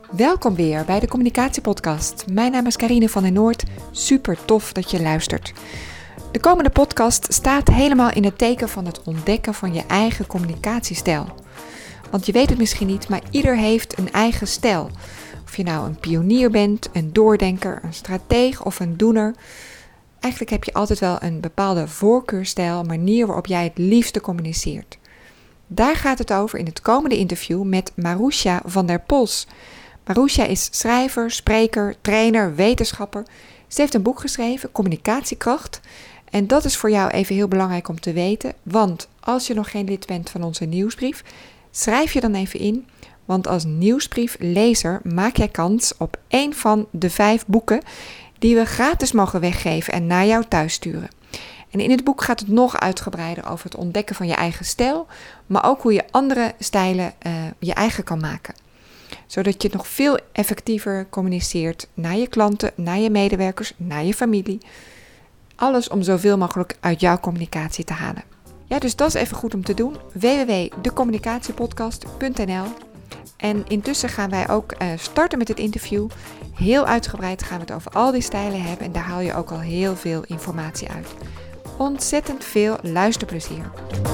Welkom weer bij de Communicatiepodcast. Mijn naam is Carine van der Noord. Super tof dat je luistert. De komende podcast staat helemaal in het teken van het ontdekken van je eigen communicatiestijl. Want je weet het misschien niet, maar ieder heeft een eigen stijl. Of je nou een pionier bent, een doordenker, een strateeg of een doener. Eigenlijk heb je altijd wel een bepaalde voorkeurstijl, manier waarop jij het liefste communiceert. Daar gaat het over in het komende interview met Marusha van der Pols. Marusha is schrijver, spreker, trainer, wetenschapper. Ze heeft een boek geschreven, Communicatiekracht. En dat is voor jou even heel belangrijk om te weten. Want als je nog geen lid bent van onze nieuwsbrief, schrijf je dan even in. Want als nieuwsbrieflezer maak jij kans op 1 van de 5 boeken die we gratis mogen weggeven en naar jou thuis sturen. En in het boek gaat het nog uitgebreider over het ontdekken van je eigen stijl, maar ook hoe je andere stijlen je eigen kan maken. Zodat je nog veel effectiever communiceert naar je klanten, naar je medewerkers, naar je familie. Alles om zoveel mogelijk uit jouw communicatie te halen. Ja, dus dat is even goed om te doen. www.decommunicatiepodcast.nl. En intussen gaan wij ook starten met het interview. Heel uitgebreid gaan we het over al die stijlen hebben en daar haal je ook al heel veel informatie uit. Ontzettend veel luisterplezier.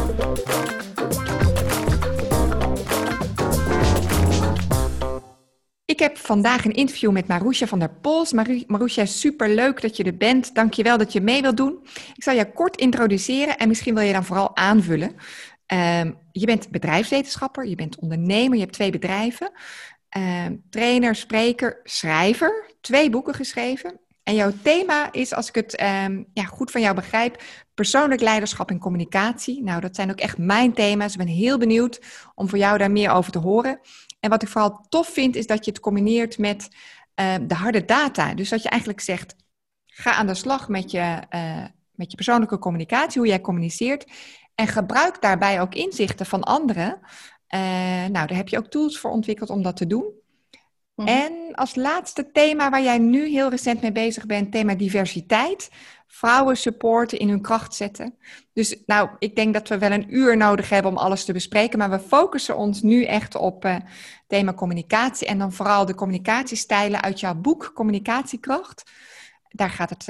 Ik heb vandaag een interview met Marusha van der Pols. Marusha, super leuk dat je er bent. Dankjewel dat je mee wilt doen. Ik zal je kort introduceren en misschien wil je dan vooral aanvullen. Je bent bedrijfswetenschapper, je bent ondernemer, je hebt 2 bedrijven. Trainer, spreker, schrijver, 2 boeken geschreven. En jouw thema is, als ik het goed van jou begrijp, persoonlijk leiderschap en communicatie. Nou, dat zijn ook echt mijn thema's. Ik ben heel benieuwd om voor jou daar meer over te horen. En wat ik vooral tof vind, is dat je het combineert met de harde data. Dus dat je eigenlijk zegt, ga aan de slag met je persoonlijke communicatie, hoe jij communiceert. En gebruik daarbij ook inzichten van anderen. Daar heb je ook tools voor ontwikkeld om dat te doen. En als laatste thema waar jij nu heel recent mee bezig bent, thema diversiteit. Vrouwen supporten, in hun kracht zetten. Dus ik denk dat we wel 1 uur nodig hebben om alles te bespreken. Maar we focussen ons nu echt op thema communicatie. En dan vooral de communicatiestijlen uit jouw boek Communicatiekracht. Daar gaat het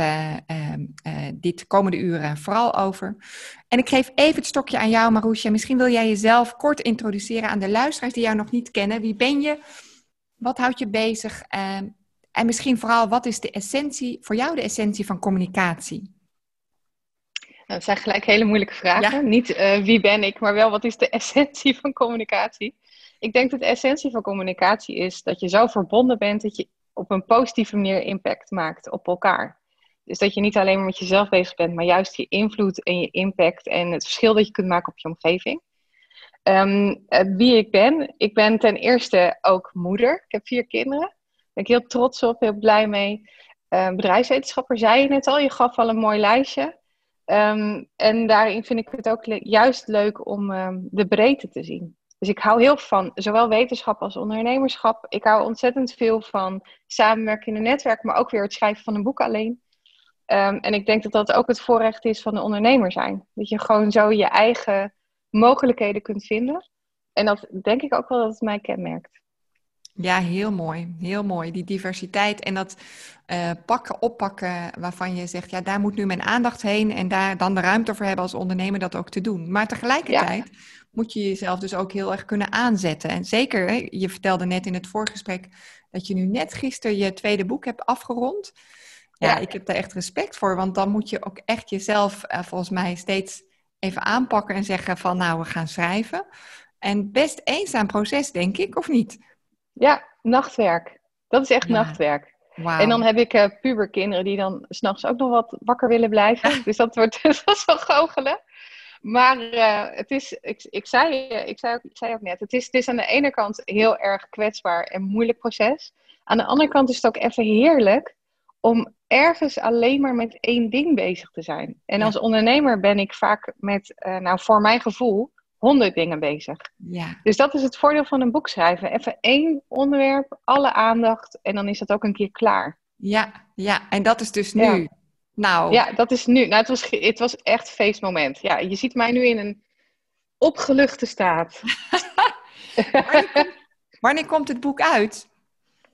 dit komende uren vooral over. En ik geef even het stokje aan jou, Marusha. Misschien wil jij jezelf kort introduceren aan de luisteraars die jou nog niet kennen. Wie ben je? Wat houdt je bezig? En misschien vooral, wat is voor jou de essentie van communicatie? Dat zijn gelijk hele moeilijke vragen. Ja. Niet wie ben ik, maar wel wat is de essentie van communicatie? Ik denk dat de essentie van communicatie is dat je zo verbonden bent dat je op een positieve manier impact maakt op elkaar. Dus dat je niet alleen maar met jezelf bezig bent, maar juist je invloed en je impact en het verschil dat je kunt maken op je omgeving. Wie ik ben ten eerste ook moeder. Ik heb 4 kinderen. Daar ben ik heel trots op, heel blij mee. Bedrijfswetenschapper zei je net al, je gaf al een mooi lijstje. En daarin vind ik het ook juist leuk om de breedte te zien. Dus ik hou heel van zowel wetenschap als ondernemerschap. Ik hou ontzettend veel van samenwerken in een netwerk, maar ook weer het schrijven van een boek alleen. En ik denk dat dat ook het voorrecht is van de ondernemer zijn. Dat je gewoon zo je eigen mogelijkheden kunt vinden. En dat denk ik ook wel dat het mij kenmerkt. Ja, heel mooi. Heel mooi. Die diversiteit en dat oppakken waarvan je zegt, ja, daar moet nu mijn aandacht heen en daar dan de ruimte voor hebben als ondernemer dat ook te doen. Maar tegelijkertijd moet je jezelf dus ook heel erg kunnen aanzetten. En zeker, je vertelde net in het voorgesprek dat je nu net gisteren je 2e boek hebt afgerond. Ja, ik heb daar echt respect voor, want dan moet je ook echt jezelf volgens mij steeds even aanpakken en zeggen van, we gaan schrijven. En best eenzaam proces, denk ik, of niet? Ja, nachtwerk. Dat is echt nachtwerk. Wow. En dan heb ik puberkinderen die dan 's nachts ook nog wat wakker willen blijven. Dus dat wordt wel goochelen. Maar het is, ik zei ook net, het is aan de ene kant heel erg kwetsbaar en moeilijk proces. Aan de andere kant is het ook even heerlijk om ergens alleen maar met 1 ding bezig te zijn. En als ondernemer ben ik vaak met, voor mijn gevoel, 100 dingen bezig. Ja. Dus dat is het voordeel van een boek schrijven. Even 1 onderwerp, alle aandacht en dan is dat ook een keer klaar. Ja. En dat is dus nu. Ja, dat is nu. Het was echt een feestmoment. Ja, je ziet mij nu in een opgeluchte staat. Wanneer komt het boek uit?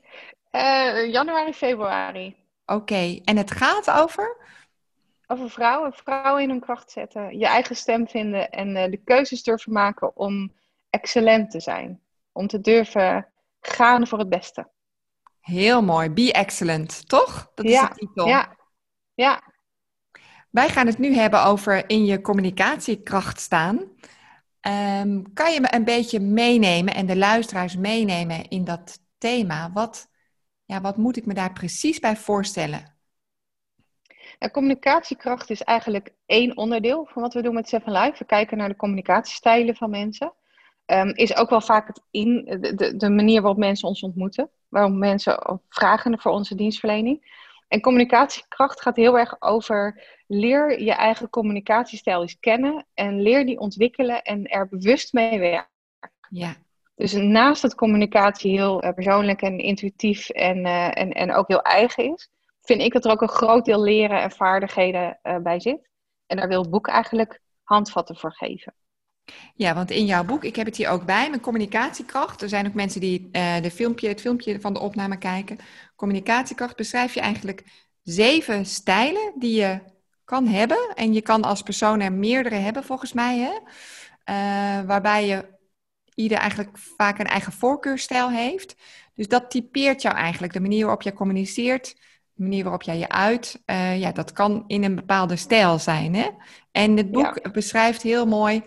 Januari, februari. Oké, en het gaat over? Over vrouwen in hun kracht zetten, je eigen stem vinden en de keuzes durven maken om excellent te zijn. Om te durven gaan voor het beste. Heel mooi, be excellent, toch? Dat is de Ja, titel. ja, ja. Wij gaan het nu hebben over in je communicatiekracht staan. Kan je me een beetje meenemen en de luisteraars meenemen in dat thema? Wat moet ik me daar precies bij voorstellen? Nou, communicatiekracht is eigenlijk één onderdeel van wat we doen met Seven Life. We kijken naar de communicatiestijlen van mensen. Is ook wel vaak de manier waarop mensen ons ontmoeten. Waarom mensen vragen voor onze dienstverlening. En communicatiekracht gaat heel erg over leer je eigen communicatiestijl eens kennen. En leer die ontwikkelen en er bewust mee werken. Ja. Dus naast dat communicatie heel persoonlijk en intuïtief en ook heel eigen is, vind ik dat er ook een groot deel leren en vaardigheden bij zit. En daar wil het boek eigenlijk handvatten voor geven. Ja, want in jouw boek, ik heb het hier ook bij, mijn communicatiekracht. Er zijn ook mensen die het filmpje van de opname kijken. Communicatiekracht beschrijf je eigenlijk 7 stijlen die je kan hebben. En je kan als persoon er meerdere hebben, volgens mij. Hè? Waarbij je ieder eigenlijk vaak een eigen voorkeurstijl heeft. Dus dat typeert jou eigenlijk. De manier waarop je communiceert, de manier waarop jij je uit. Dat kan in een bepaalde stijl zijn. Hè? En het boek beschrijft heel mooi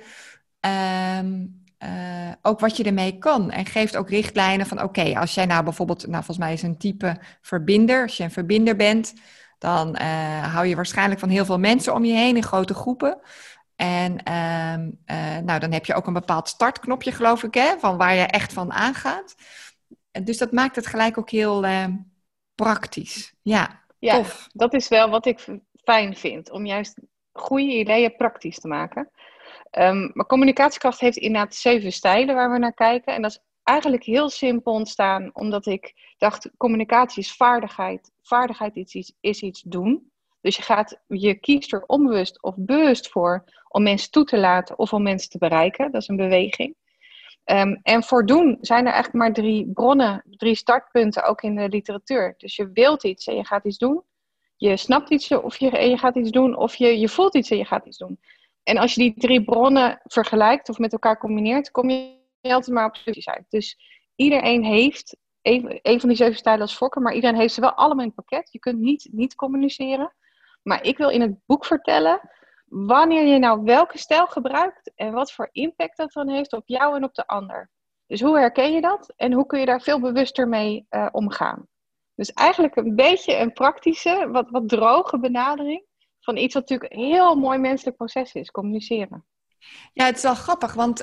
ook wat je ermee kan. En geeft ook richtlijnen van oké, als jij nou bijvoorbeeld, volgens mij is een type verbinder. Als je een verbinder bent, dan hou je waarschijnlijk van heel veel mensen om je heen in grote groepen. En dan heb je ook een bepaald startknopje, geloof ik, hè, van waar je echt van aangaat. Dus dat maakt het gelijk ook heel praktisch. Ja, tof. Dat is wel wat ik fijn vind, om juist goede ideeën praktisch te maken. Maar communicatiekracht heeft inderdaad 7 stijlen waar we naar kijken. En dat is eigenlijk heel simpel ontstaan, omdat ik dacht, communicatie is vaardigheid. Vaardigheid is iets doen. Dus je kiest er onbewust of bewust voor om mensen toe te laten of om mensen te bereiken. Dat is een beweging. En voor doen zijn er eigenlijk maar 3 bronnen, 3 startpunten, ook in de literatuur. Dus je wilt iets en je gaat iets doen. Je snapt iets en je gaat iets doen. Of je voelt iets en je gaat iets doen. En als je die 3 bronnen vergelijkt of met elkaar combineert, kom je altijd maar op soluties uit. Dus iedereen heeft een van die 7 stijlen als voorkeur, maar iedereen heeft ze wel allemaal in het pakket. Je kunt niet communiceren. Maar ik wil in het boek vertellen wanneer je nou welke stijl gebruikt en wat voor impact dat dan heeft op jou en op de ander. Dus hoe herken je dat en hoe kun je daar veel bewuster mee omgaan? Dus eigenlijk een beetje een praktische, wat droge benadering van iets wat natuurlijk een heel mooi menselijk proces is, communiceren. Ja, het is wel grappig, want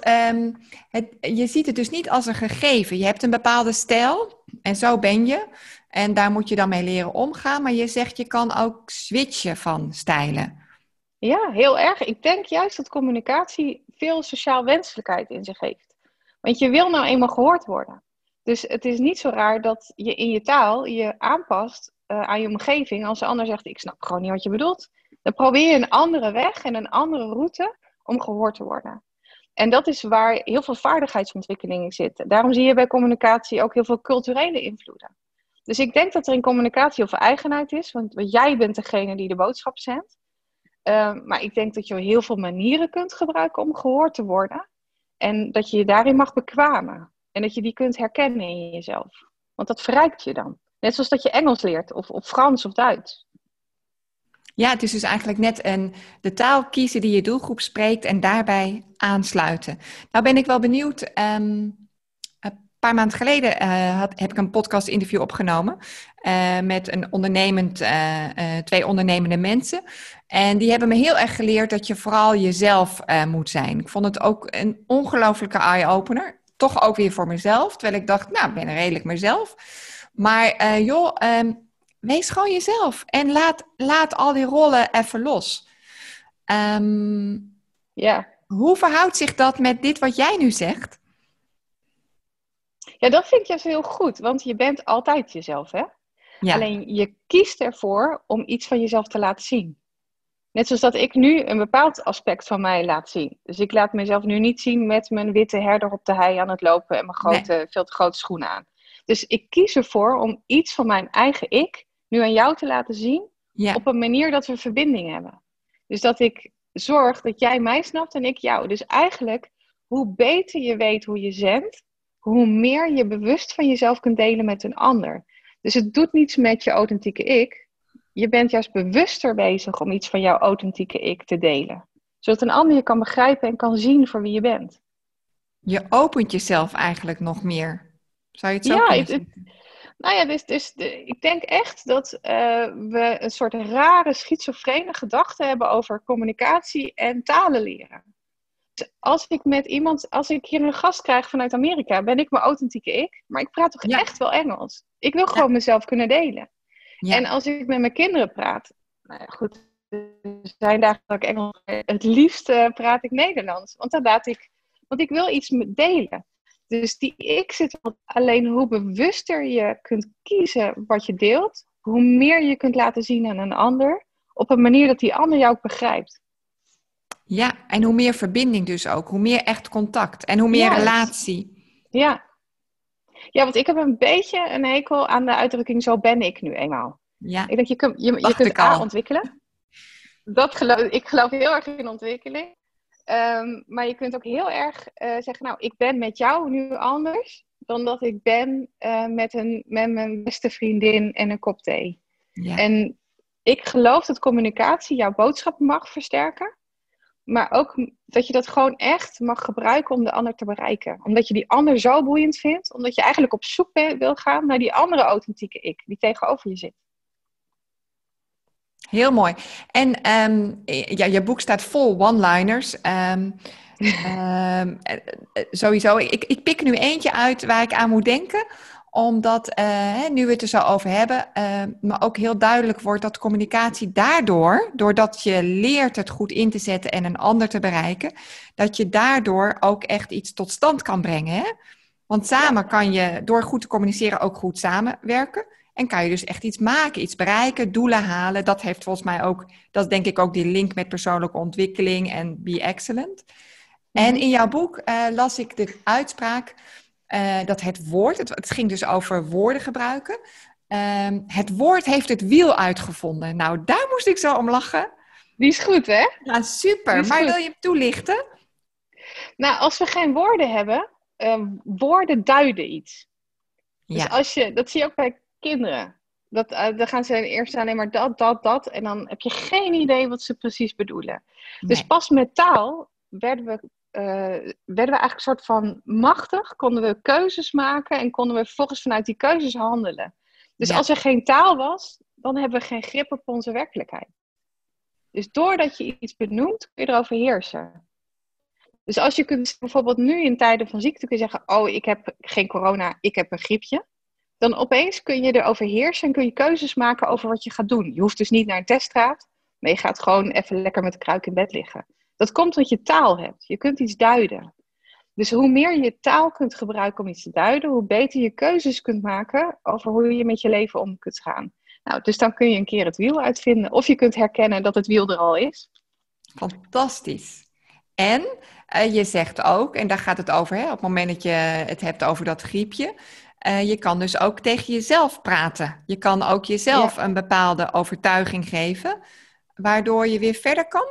je ziet het dus niet als een gegeven. Je hebt een bepaalde stijl en zo ben je. En daar moet je dan mee leren omgaan. Maar je zegt, je kan ook switchen van stijlen. Ja, heel erg. Ik denk juist dat communicatie veel sociaal wenselijkheid in zich heeft. Want je wil nou eenmaal gehoord worden. Dus het is niet zo raar dat je in je taal je aanpast aan je omgeving. Als de ander zegt, ik snap gewoon niet wat je bedoelt. Dan probeer je een andere weg en een andere route om gehoord te worden. En dat is waar heel veel vaardigheidsontwikkeling in zit. Daarom zie je bij communicatie ook heel veel culturele invloeden. Dus ik denk dat er in communicatie heel veel eigenheid is. Want jij bent degene die de boodschap zendt. Maar ik denk dat je heel veel manieren kunt gebruiken om gehoord te worden. En dat je je daarin mag bekwamen. En dat je die kunt herkennen in jezelf. Want dat verrijkt je dan. Net zoals dat je Engels leert of Frans of Duits. Ja, het is dus eigenlijk net de taal kiezen die je doelgroep spreekt en daarbij aansluiten. Nou ben ik wel benieuwd. Een paar maanden geleden heb ik een podcast interview opgenomen met twee ondernemende mensen. En die hebben me heel erg geleerd dat je vooral jezelf moet zijn. Ik vond het ook een ongelofelijke eye-opener. Toch ook weer voor mezelf. Terwijl ik dacht, nou, ik ben redelijk mezelf. Maar wees gewoon jezelf. En laat al die rollen even los. Hoe verhoudt zich dat met dit wat jij nu zegt? Ja, dat vind ik juist heel goed. Want je bent altijd jezelf, hè? Ja. Alleen je kiest ervoor om iets van jezelf te laten zien. Net zoals dat ik nu een bepaald aspect van mij laat zien. Dus ik laat mezelf nu niet zien met mijn witte herder op de hei aan het lopen en mijn veel te grote schoenen aan. Dus ik kies ervoor om iets van mijn eigen ik nu aan jou te laten zien. Ja. Op een manier dat we verbinding hebben. Dus dat ik zorg dat jij mij snapt en ik jou. Dus eigenlijk, hoe beter je weet hoe je zendt, hoe meer je bewust van jezelf kunt delen met een ander. Dus het doet niets met je authentieke ik. Je bent juist bewuster bezig om iets van jouw authentieke ik te delen. Zodat een ander je kan begrijpen en kan zien voor wie je bent. Je opent jezelf eigenlijk nog meer. Zou je het zo Ja, kunnen zeggen? nou ja, ik denk echt dat we een soort rare schizofrene gedachte hebben over communicatie en talen leren. Dus als ik hier een gast krijg vanuit Amerika, ben ik mijn authentieke ik, maar ik praat toch echt wel Engels. Ik wil gewoon mezelf kunnen delen. Ja. En als ik met mijn kinderen praat, nou ja, goed, er zijn dagen dat ik Engels, het liefst praat ik Nederlands. Want ik wil iets delen. Dus die ik zit alleen hoe bewuster je kunt kiezen wat je deelt, hoe meer je kunt laten zien aan een ander, op een manier dat die ander jou ook begrijpt. Ja, en hoe meer verbinding dus ook, hoe meer echt contact en hoe meer relatie. Ja. Ja, want ik heb een beetje een hekel aan de uitdrukking zo ben ik nu eenmaal. Ja. Ik denk, je kunt ontwikkelen. Ik geloof heel erg in ontwikkeling. Maar je kunt ook heel erg zeggen, nou, ik ben met jou nu anders dan dat ik ben met mijn beste vriendin en een kop thee. Ja. En ik geloof dat communicatie jouw boodschap mag versterken. Maar ook dat je dat gewoon echt mag gebruiken om de ander te bereiken. Omdat je die ander zo boeiend vindt. Omdat je eigenlijk op zoek wil gaan naar die andere authentieke ik. Die tegenover je zit. Heel mooi. En je boek staat vol one-liners. Sowieso, ik pik nu eentje uit waar ik aan moet denken. Omdat, nu we het er zo over hebben, me ook heel duidelijk wordt dat communicatie doordat je leert het goed in te zetten en een ander te bereiken, dat je daardoor ook echt iets tot stand kan brengen. Hè? Want samen kan je, door goed te communiceren, ook goed samenwerken. En kan je dus echt iets maken, iets bereiken, doelen halen. Dat heeft volgens mij ook, dat is denk ik ook die link met persoonlijke ontwikkeling en be excellent. En in jouw boek las ik de uitspraak dat het woord, het ging dus over woorden gebruiken. Het woord heeft het wiel uitgevonden. Nou, daar moest ik zo om lachen. Die is goed, hè? Ja, super. Maar wil je hem toelichten? Nou, als we geen woorden hebben, woorden duiden iets. Dus dat zie je ook bij kinderen. Dan gaan ze eerst alleen maar dat. En dan heb je geen idee wat ze precies bedoelen. Nee. Dus pas met taal werden we eigenlijk een soort van machtig. Konden we keuzes maken en konden we vervolgens vanuit die keuzes handelen. Dus als er geen taal was, dan hebben we geen grip op onze werkelijkheid. Dus doordat je iets benoemt, kun je erover heersen. Dus als je kunt bijvoorbeeld nu in tijden van ziekte kun je zeggen, oh, ik heb geen corona, ik heb een griepje. Dan opeens kun je erover heersen en kun je keuzes maken over wat je gaat doen. Je hoeft dus niet naar een teststraat, maar je gaat gewoon even lekker met de kruik in bed liggen. Dat komt omdat je taal hebt. Je kunt iets duiden. Dus hoe meer je taal kunt gebruiken om iets te duiden, hoe beter je keuzes kunt maken over hoe je met je leven om kunt gaan. Nou, dus dan kun je een keer het wiel uitvinden. Of je kunt herkennen dat het wiel er al is. Fantastisch. En je zegt ook, en daar gaat het over, hè, op het moment dat je het hebt over dat griepje. Je kan dus ook tegen jezelf praten. Je kan ook jezelf een bepaalde overtuiging geven, waardoor je weer verder kan.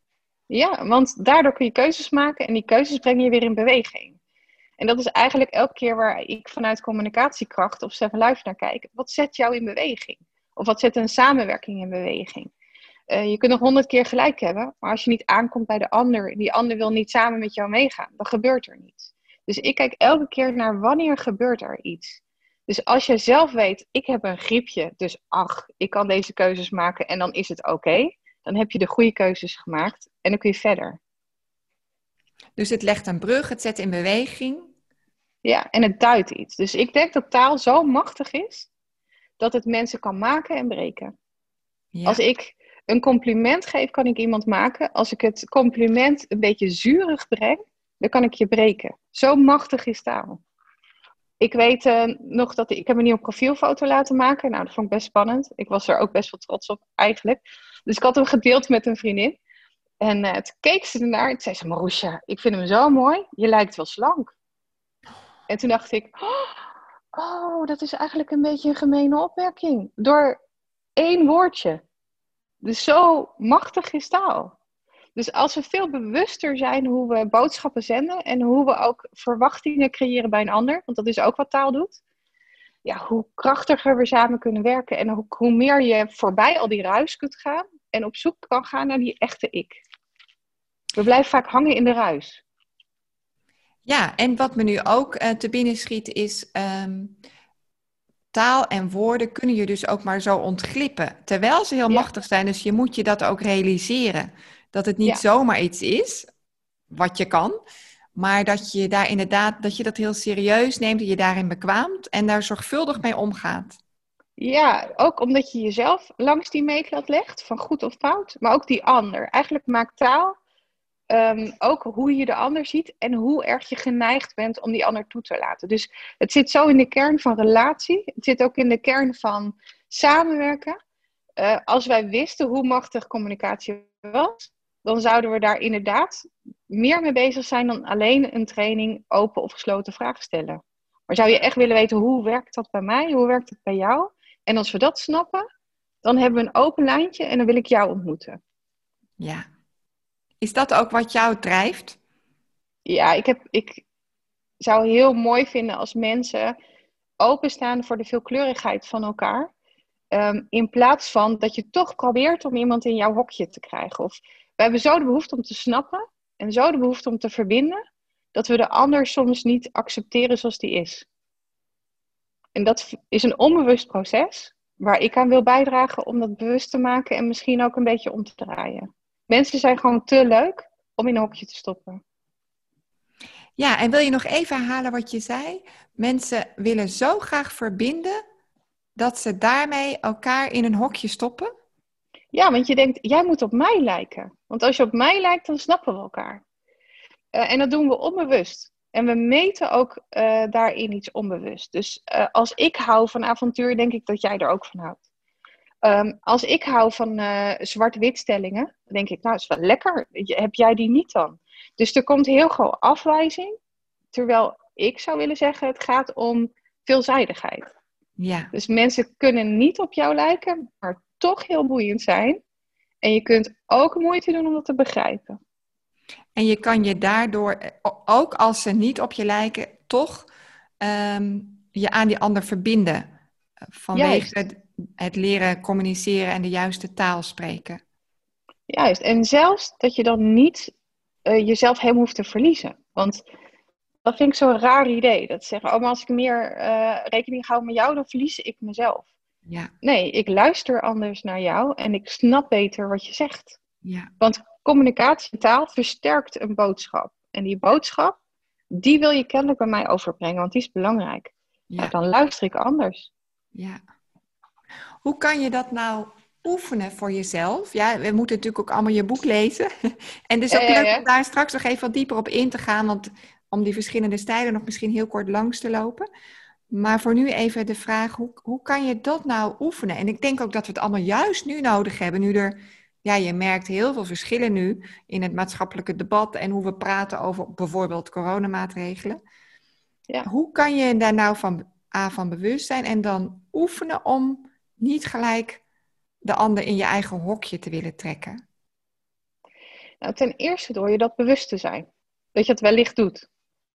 Ja, want daardoor kun je keuzes maken en die keuzes brengen je weer in beweging. En dat is eigenlijk elke keer waar ik vanuit communicatiekracht of Seven Life naar kijk. Wat zet jou in beweging? Of wat zet een samenwerking in beweging? Je kunt nog 100 keer gelijk hebben, maar als je niet aankomt bij de ander en die ander wil niet samen met jou meegaan, dan gebeurt er niets. Dus ik kijk elke keer naar wanneer gebeurt er iets. Dus als je zelf weet, ik heb een griepje, dus ik kan deze keuzes maken en dan is het oké. Dan heb je de goede keuzes gemaakt en dan kun je verder. Dus het legt een brug, het zet in beweging. Ja, en het duidt iets. Dus ik denk dat taal zo machtig is, dat het mensen kan maken en breken. Ja. Als ik een compliment geef, kan ik iemand maken. Als ik het compliment een beetje zuurig breng, dan kan ik je breken. Zo machtig is taal. Ik weet nog dat ik heb een nieuwe profielfoto laten maken. Nou, dat vond ik best spannend. Ik was er ook best wel trots op, eigenlijk. Dus ik had hem gedeeld met een vriendin. En toen keek ze ernaar en zei ze, Marusha, ik vind hem zo mooi. Je lijkt wel slank. En toen dacht ik, oh, dat is eigenlijk een beetje een gemene opmerking. Door 1 woordje. Dus zo machtig is taal. Dus als we veel bewuster zijn hoe we boodschappen zenden en hoe we ook verwachtingen creëren bij een ander, want dat is ook wat taal doet, ja, hoe krachtiger we samen kunnen werken en hoe meer je voorbij al die ruis kunt gaan en op zoek kan gaan naar die echte ik. We blijven vaak hangen in de ruis. Ja, en wat me nu ook te binnen schiet is, taal en woorden kunnen je dus ook maar zo ontglippen. Terwijl ze heel machtig zijn, dus je moet je dat ook realiseren. Dat het niet zomaar iets is, wat je kan, maar dat je daar inderdaad, dat je dat heel serieus neemt, dat je daarin bekwaamt en daar zorgvuldig mee omgaat. Ja, ook omdat je jezelf langs die meetlat legt, van goed of fout, maar ook die ander. Eigenlijk maakt taal ook hoe je de ander ziet en hoe erg je geneigd bent om die ander toe te laten. Dus het zit zo in de kern van relatie. Het zit ook in de kern van samenwerken. Als wij wisten hoe machtig communicatie was, dan zouden we daar inderdaad meer mee bezig zijn dan alleen een training open of gesloten vragen stellen. Maar zou je echt willen weten, hoe werkt dat bij mij? Hoe werkt het bij jou? En als we dat snappen, dan hebben we een open lijntje en dan wil ik jou ontmoeten. Ja. Is dat ook wat jou drijft? Ja, ik zou heel mooi vinden als mensen openstaan voor de veelkleurigheid van elkaar. In plaats van dat je toch probeert om iemand in jouw hokje te krijgen. Of we hebben zo de behoefte om te snappen en zo de behoefte om te verbinden, dat we de ander soms niet accepteren zoals die is. En dat is een onbewust proces waar ik aan wil bijdragen om dat bewust te maken en misschien ook een beetje om te draaien. Mensen zijn gewoon te leuk om in een hokje te stoppen. Ja, en wil je nog even herhalen wat je zei? Mensen willen zo graag verbinden dat ze daarmee elkaar in een hokje stoppen? Ja, want je denkt, jij moet op mij lijken. Want als je op mij lijkt, dan snappen we elkaar. En dat doen we onbewust. En we meten ook daarin iets onbewust. Dus als ik hou van avontuur, denk ik dat jij er ook van houdt. Als ik hou van zwart-wit stellingen, dan denk ik, nou, is wel lekker. Heb jij die niet dan? Dus er komt heel gauw afwijzing. Terwijl ik zou willen zeggen, het gaat om veelzijdigheid. Ja. Dus mensen kunnen niet op jou lijken, maar toch heel boeiend zijn. En je kunt ook moeite doen om dat te begrijpen. En je kan je daardoor, ook als ze niet op je lijken, toch je aan die ander verbinden. Vanwege het leren communiceren en de juiste taal spreken. Juist, en zelfs dat je dan niet jezelf helemaal hoeft te verliezen. Want dat vind ik zo'n raar idee. Dat zeggen, oh, maar als ik meer rekening hou met jou, dan verlies ik mezelf. Ja. Nee, ik luister anders naar jou en ik snap beter wat je zegt. Ja. Want communicatie en taal versterkt een boodschap. En die boodschap, die wil je kennelijk bij mij overbrengen, want die is belangrijk. Ja. Nou, dan luister ik anders. Ja. Hoe kan je dat nou oefenen voor jezelf? Ja, we moeten natuurlijk ook allemaal je boek lezen. En het is ook leuk om daar straks nog even wat dieper op in te gaan, want om die verschillende stijlen nog misschien heel kort langs te lopen. Maar voor nu even de vraag, hoe kan je dat nou oefenen? En ik denk ook dat we het allemaal juist nu nodig hebben. Nu je merkt heel veel verschillen nu in het maatschappelijke debat en hoe we praten over bijvoorbeeld coronamaatregelen. Ja. Hoe kan je daar nou van bewust zijn en dan oefenen om niet gelijk de ander in je eigen hokje te willen trekken? Nou, ten eerste door je dat bewust te zijn. Dat je het wellicht doet.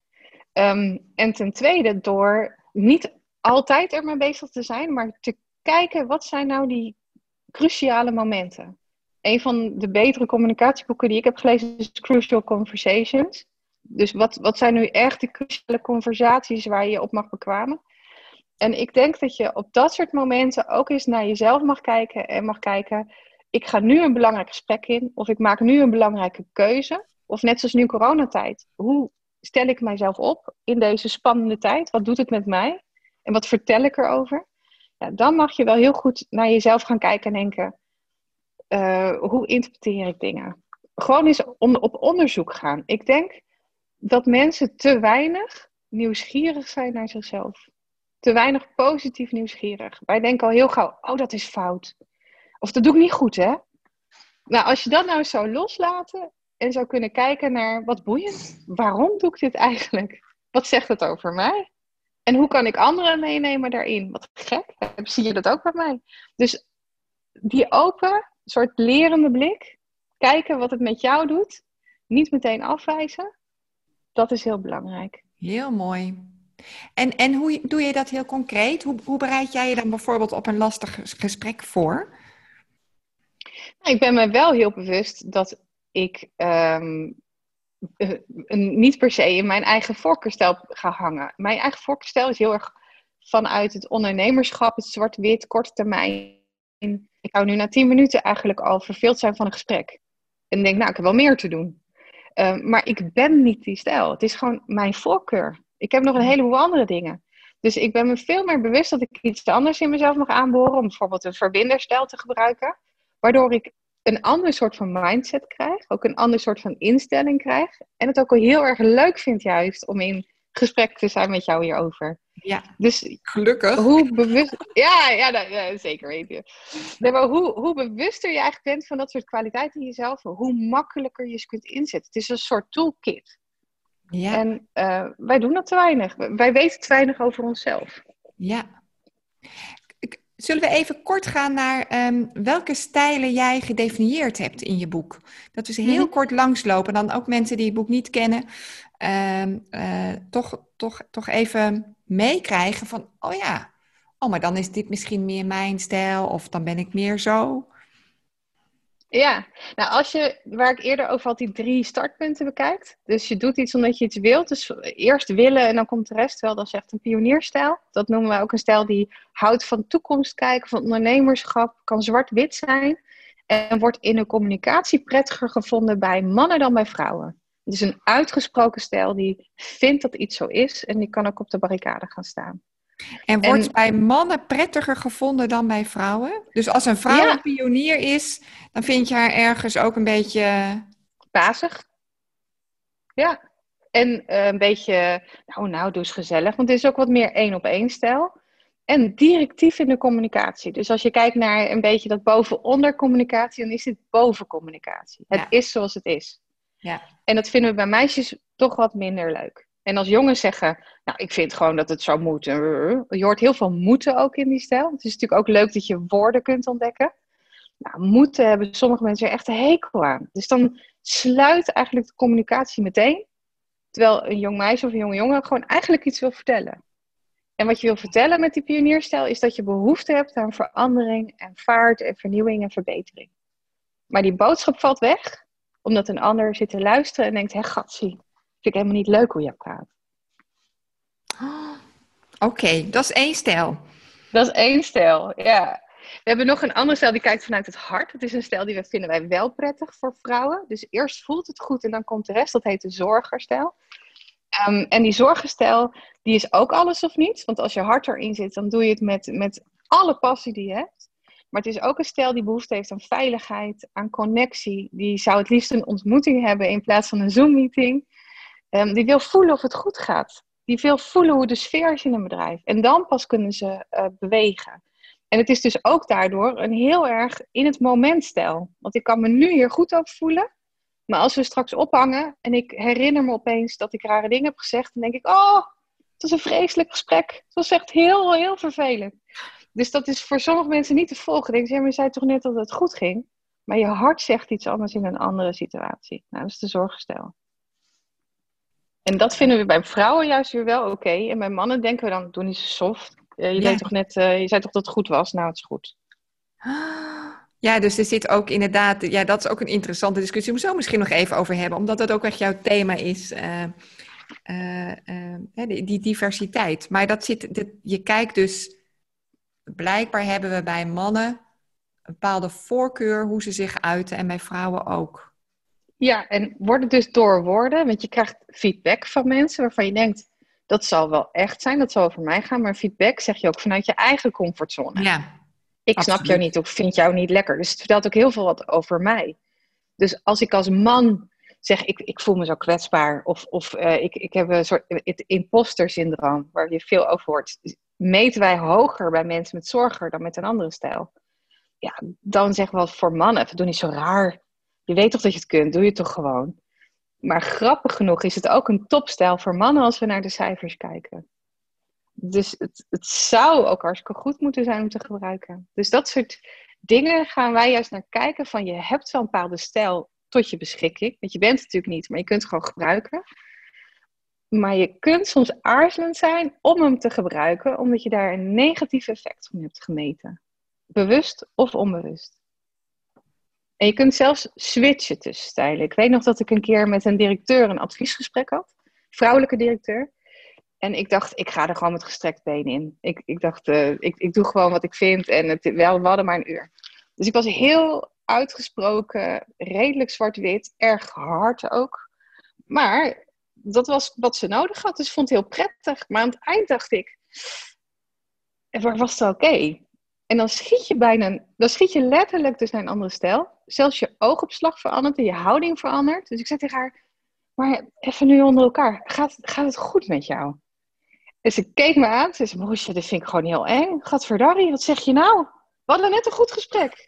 En ten tweede door niet altijd ermee bezig te zijn, maar te kijken wat zijn nou die cruciale momenten. Een van de betere communicatieboeken die ik heb gelezen is Crucial Conversations. Dus wat zijn nu echt de cruciale conversaties waar je op mag bekwamen? En ik denk dat je op dat soort momenten ook eens naar jezelf mag kijken en mag kijken, ik ga nu een belangrijk gesprek in, of ik maak nu een belangrijke keuze. Of net zoals nu coronatijd, hoe stel ik mijzelf op in deze spannende tijd? Wat doet het met mij? En wat vertel ik erover? Ja, dan mag je wel heel goed naar jezelf gaan kijken en denken, hoe interpreteer ik dingen? Gewoon eens op onderzoek gaan. Ik denk dat mensen te weinig nieuwsgierig zijn naar zichzelf. Te weinig positief nieuwsgierig. Wij denken al heel gauw, oh, dat is fout. Of dat doe ik niet goed, hè? Nou, als je dat nou eens zou loslaten en zou kunnen kijken naar, wat boeiend. Waarom doe ik dit eigenlijk? Wat zegt het over mij? En hoe kan ik anderen meenemen daarin? Wat gek, zie je dat ook bij mij? Dus die open, soort lerende blik, kijken wat het met jou doet, niet meteen afwijzen, dat is heel belangrijk. Heel mooi. En hoe doe je dat heel concreet? Hoe bereid jij je dan bijvoorbeeld op een lastig gesprek voor? Nou, ik ben me wel heel bewust dat ik niet per se in mijn eigen voorkeurstijl ga hangen. Mijn eigen voorkeurstijl is heel erg vanuit het ondernemerschap, het zwart-wit, korte termijn. Ik zou nu na 10 minuten eigenlijk al verveeld zijn van een gesprek. En denk, nou, ik heb wel meer te doen. Maar ik ben niet die stijl. Het is gewoon mijn voorkeur. Ik heb nog een heleboel andere dingen. Dus ik ben me veel meer bewust dat ik iets anders in mezelf mag aanboren. Om bijvoorbeeld een verbinderstijl te gebruiken. Waardoor ik een ander soort van mindset krijg. Ook een ander soort van instelling krijg. En het ook wel heel erg leuk vind juist om in gesprek te zijn met jou hierover. Ja, dus gelukkig. Hoe bewust... Ja, zeker weten. Nee, maar hoe bewuster je eigenlijk bent van dat soort kwaliteiten in jezelf, hoe makkelijker je ze kunt inzetten. Het is een soort toolkit. Ja. En wij doen dat te weinig. Wij weten te weinig over onszelf. Ja. Zullen we even kort gaan naar welke stijlen jij gedefinieerd hebt in je boek? Dat we ze heel kort langslopen. Dan ook mensen die het boek niet kennen, toch even meekrijgen van, maar dan is dit misschien meer mijn stijl of dan ben ik meer zo. Ja, nou waar ik eerder over had, die 3 startpunten bekijkt. Dus je doet iets omdat je iets wilt. Dus eerst willen en dan komt de rest wel. Dat is echt een pionierstijl. Dat noemen we ook een stijl die houdt van toekomst kijken, van ondernemerschap. Kan zwart-wit zijn. En wordt in de communicatie prettiger gevonden bij mannen dan bij vrouwen. Het is een uitgesproken stijl die vindt dat iets zo is. En die kan ook op de barricade gaan staan. En wordt bij mannen prettiger gevonden dan bij vrouwen? Dus als een vrouw een pionier is, dan vind je haar ergens ook een beetje... Bazig. Ja. En een beetje, nou, doe eens gezellig. Want het is ook wat meer 1-op-1 stijl. En directief in de communicatie. Dus als je kijkt naar een beetje dat boven-onder communicatie, dan is dit bovencommunicatie. Het is zoals het is. Ja. En dat vinden we bij meisjes toch wat minder leuk. En als jongens zeggen, nou, ik vind gewoon dat het zo moet. Je hoort heel veel moeten ook in die stijl. Het is natuurlijk ook leuk dat je woorden kunt ontdekken. Nou, moeten hebben sommige mensen er echt een hekel aan. Dus dan sluit eigenlijk de communicatie meteen. Terwijl een jong meisje of een jonge jongen gewoon eigenlijk iets wil vertellen. En wat je wil vertellen met die pionierstijl is dat je behoefte hebt aan verandering en vaart en vernieuwing en verbetering. Maar die boodschap valt weg, omdat een ander zit te luisteren en denkt, gatsie, vind ik helemaal niet leuk hoe je praat. Oké, dat is 1 stijl. Dat is 1 stijl, ja. We hebben nog een andere stijl die kijkt vanuit het hart. Het is een stijl die vinden wij wel prettig voor vrouwen. Dus eerst voelt het goed en dan komt de rest. Dat heet de zorgerstijl. En die zorgenstijl, die is ook alles of niets. Want als je hart erin zit, dan doe je het met alle passie die je hebt. Maar het is ook een stijl die behoefte heeft aan veiligheid, aan connectie. Die zou het liefst een ontmoeting hebben in plaats van een Zoom-meeting. Die wil voelen of het goed gaat. Die wil voelen hoe de sfeer is in een bedrijf. En dan pas kunnen ze bewegen. En het is dus ook daardoor een heel erg in het moment stijl. Want ik kan me nu hier goed over voelen. Maar als we straks ophangen en ik herinner me opeens dat ik rare dingen heb gezegd, dan denk ik, het was een vreselijk gesprek. Het was echt heel, heel vervelend. Dus dat is voor sommige mensen niet te volgen. Denk je, maar je zei toch net dat het goed ging? Maar je hart zegt iets anders in een andere situatie. Nou, dat is de zorgstijl. En dat vinden we bij vrouwen juist weer wel oké. En bij mannen denken we dan, doe niet zo soft. Je weet toch net, je zei toch dat het goed was? Nou, het is goed. Ja, dus er zit ook inderdaad, dat is ook een interessante discussie om zo misschien nog even over hebben, omdat dat ook echt jouw thema is, die diversiteit. Maar je kijkt dus, blijkbaar hebben we bij mannen een bepaalde voorkeur hoe ze zich uiten en bij vrouwen ook. Ja, en wordt het dus door woorden, want je krijgt feedback van mensen waarvan je denkt, dat zal wel echt zijn, dat zal over mij gaan, maar feedback zeg je ook vanuit je eigen comfortzone. Ja. Ik snap jou niet of vind jou niet lekker. Dus het vertelt ook heel veel wat over mij. Dus als ik als man zeg, ik voel me zo kwetsbaar. Of ik heb een soort het imposter-syndroom, waar je veel over hoort. Meten wij hoger bij mensen met zorger dan met een andere stijl. Ja, dan zeggen we wel voor mannen, doe niet zo raar. Je weet toch dat je het kunt, doe je het toch gewoon. Maar grappig genoeg is het ook een topstijl voor mannen als we naar de cijfers kijken. Dus het zou ook hartstikke goed moeten zijn om te gebruiken. Dus dat soort dingen gaan wij juist naar kijken van je hebt wel een bepaalde stijl tot je beschikking. Want je bent het natuurlijk niet, maar je kunt het gewoon gebruiken. Maar je kunt soms aarzelend zijn om hem te gebruiken, omdat je daar een negatief effect van hebt gemeten. Bewust of onbewust. En je kunt zelfs switchen tussen stijlen. Ik weet nog dat ik een keer met een directeur een adviesgesprek had. Vrouwelijke directeur. En ik dacht, ik ga er gewoon met gestrekt been in. Ik dacht, ik doe gewoon wat ik vind. En we hadden maar een uur. Dus ik was heel uitgesproken, redelijk zwart-wit. Erg hard ook. Maar dat was wat ze nodig had. Dus ik vond het heel prettig. Maar aan het eind dacht ik, waar was het oké? En dan schiet je letterlijk dus naar een andere stijl. Zelfs je oogopslag verandert en je houding verandert. Dus ik zei tegen haar, maar even nu onder elkaar. Gaat het goed met jou? Dus ze keek me aan. Ze zei, Marusha, dit vind ik gewoon heel eng. Gadverdarrie, wat zeg je nou? We hadden net een goed gesprek.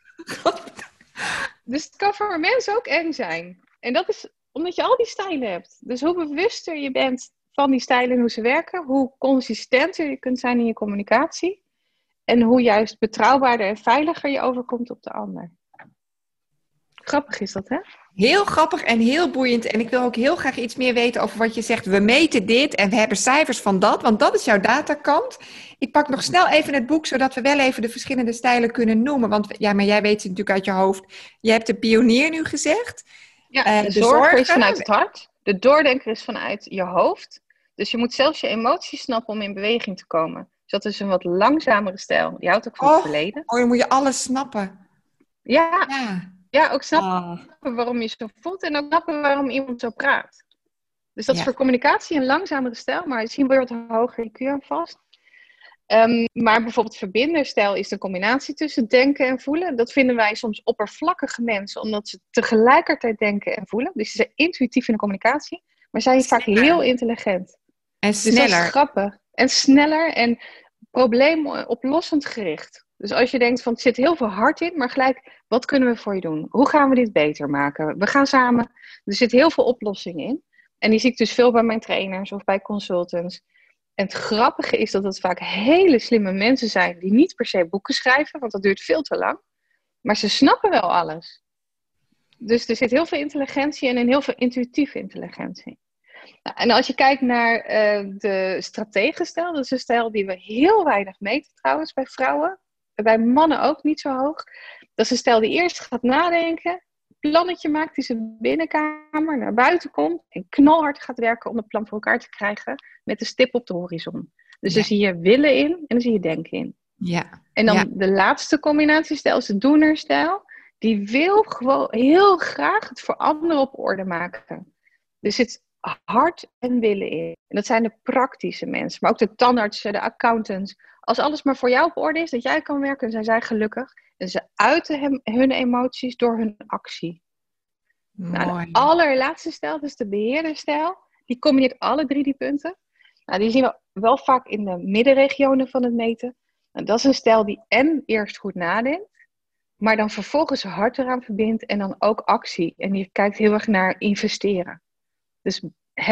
Dus het kan voor mensen ook eng zijn. En dat is omdat je al die stijlen hebt. Dus hoe bewuster je bent van die stijlen en hoe ze werken. Hoe consistenter je kunt zijn in je communicatie. En hoe juist betrouwbaarder en veiliger je overkomt op de ander. Grappig is dat, hè? Heel grappig en heel boeiend. En ik wil ook heel graag iets meer weten over wat je zegt. We meten dit en we hebben cijfers van dat. Want dat is jouw datakant. Ik pak nog snel even het boek, zodat we wel even de verschillende stijlen kunnen noemen. Want ja, maar jij weet het natuurlijk uit je hoofd. Je hebt de pionier nu gezegd. Ja, de zorger is vanuit het hart. De doordenker is vanuit je hoofd. Dus je moet zelfs je emoties snappen om in beweging te komen. Dus dat is een wat langzamere stijl. Je houdt ook van het verleden. Oh, dan moet je alles snappen. Ja, ook snappen waarom je zo voelt en ook snappen waarom iemand zo praat. Dus dat is voor communicatie een langzamere stijl, maar misschien wordt wat hoger IQ aan vast. Maar bijvoorbeeld verbinderstijl is de combinatie tussen denken en voelen. Dat vinden wij soms oppervlakkige mensen, omdat ze tegelijkertijd denken en voelen. Dus ze zijn intuïtief in de communicatie, maar zijn vaak heel intelligent. En sneller. Dus dat is grappig. En sneller en probleemoplossend gericht. Dus als je denkt van, er zit heel veel hart in, maar gelijk, wat kunnen we voor je doen? Hoe gaan we dit beter maken? We gaan samen, er zit heel veel oplossingen in. En die zie ik dus veel bij mijn trainers of bij consultants. En het grappige is dat het vaak hele slimme mensen zijn die niet per se boeken schrijven, want dat duurt veel te lang. Maar ze snappen wel alles. Dus er zit heel veel intelligentie in en heel veel intuïtieve intelligentie. Nou, en als je kijkt naar de strategenstijl, dat is een stijl die we heel weinig meten trouwens bij vrouwen. Bij mannen ook niet zo hoog. Dat is een stijl die eerst gaat nadenken, plannetje maakt die zijn binnenkamer naar buiten komt en knalhard gaat werken om het plan voor elkaar te krijgen met de stip op de horizon. Dus daar zie je willen in en dan zie je denken in. Ja. En dan de laatste combinatiestijl is de doenerstijl. Die wil gewoon heel graag het voor anderen op orde maken. Dus er zit hart en willen in. En dat zijn de praktische mensen, maar ook de tandartsen, de accountants. Als alles maar voor jou op orde is, dat jij kan werken, dan zijn zij gelukkig. En ze uiten hun emoties door hun actie. Nou, de allerlaatste stijl, dus de beheerderstijl, die combineert alle drie die punten. Nou, die zien we wel vaak in de middenregionen van het meten. Nou, dat is een stijl die eerst goed nadenkt, maar dan vervolgens hart eraan verbindt en dan ook actie. En die kijkt heel erg naar investeren. Dus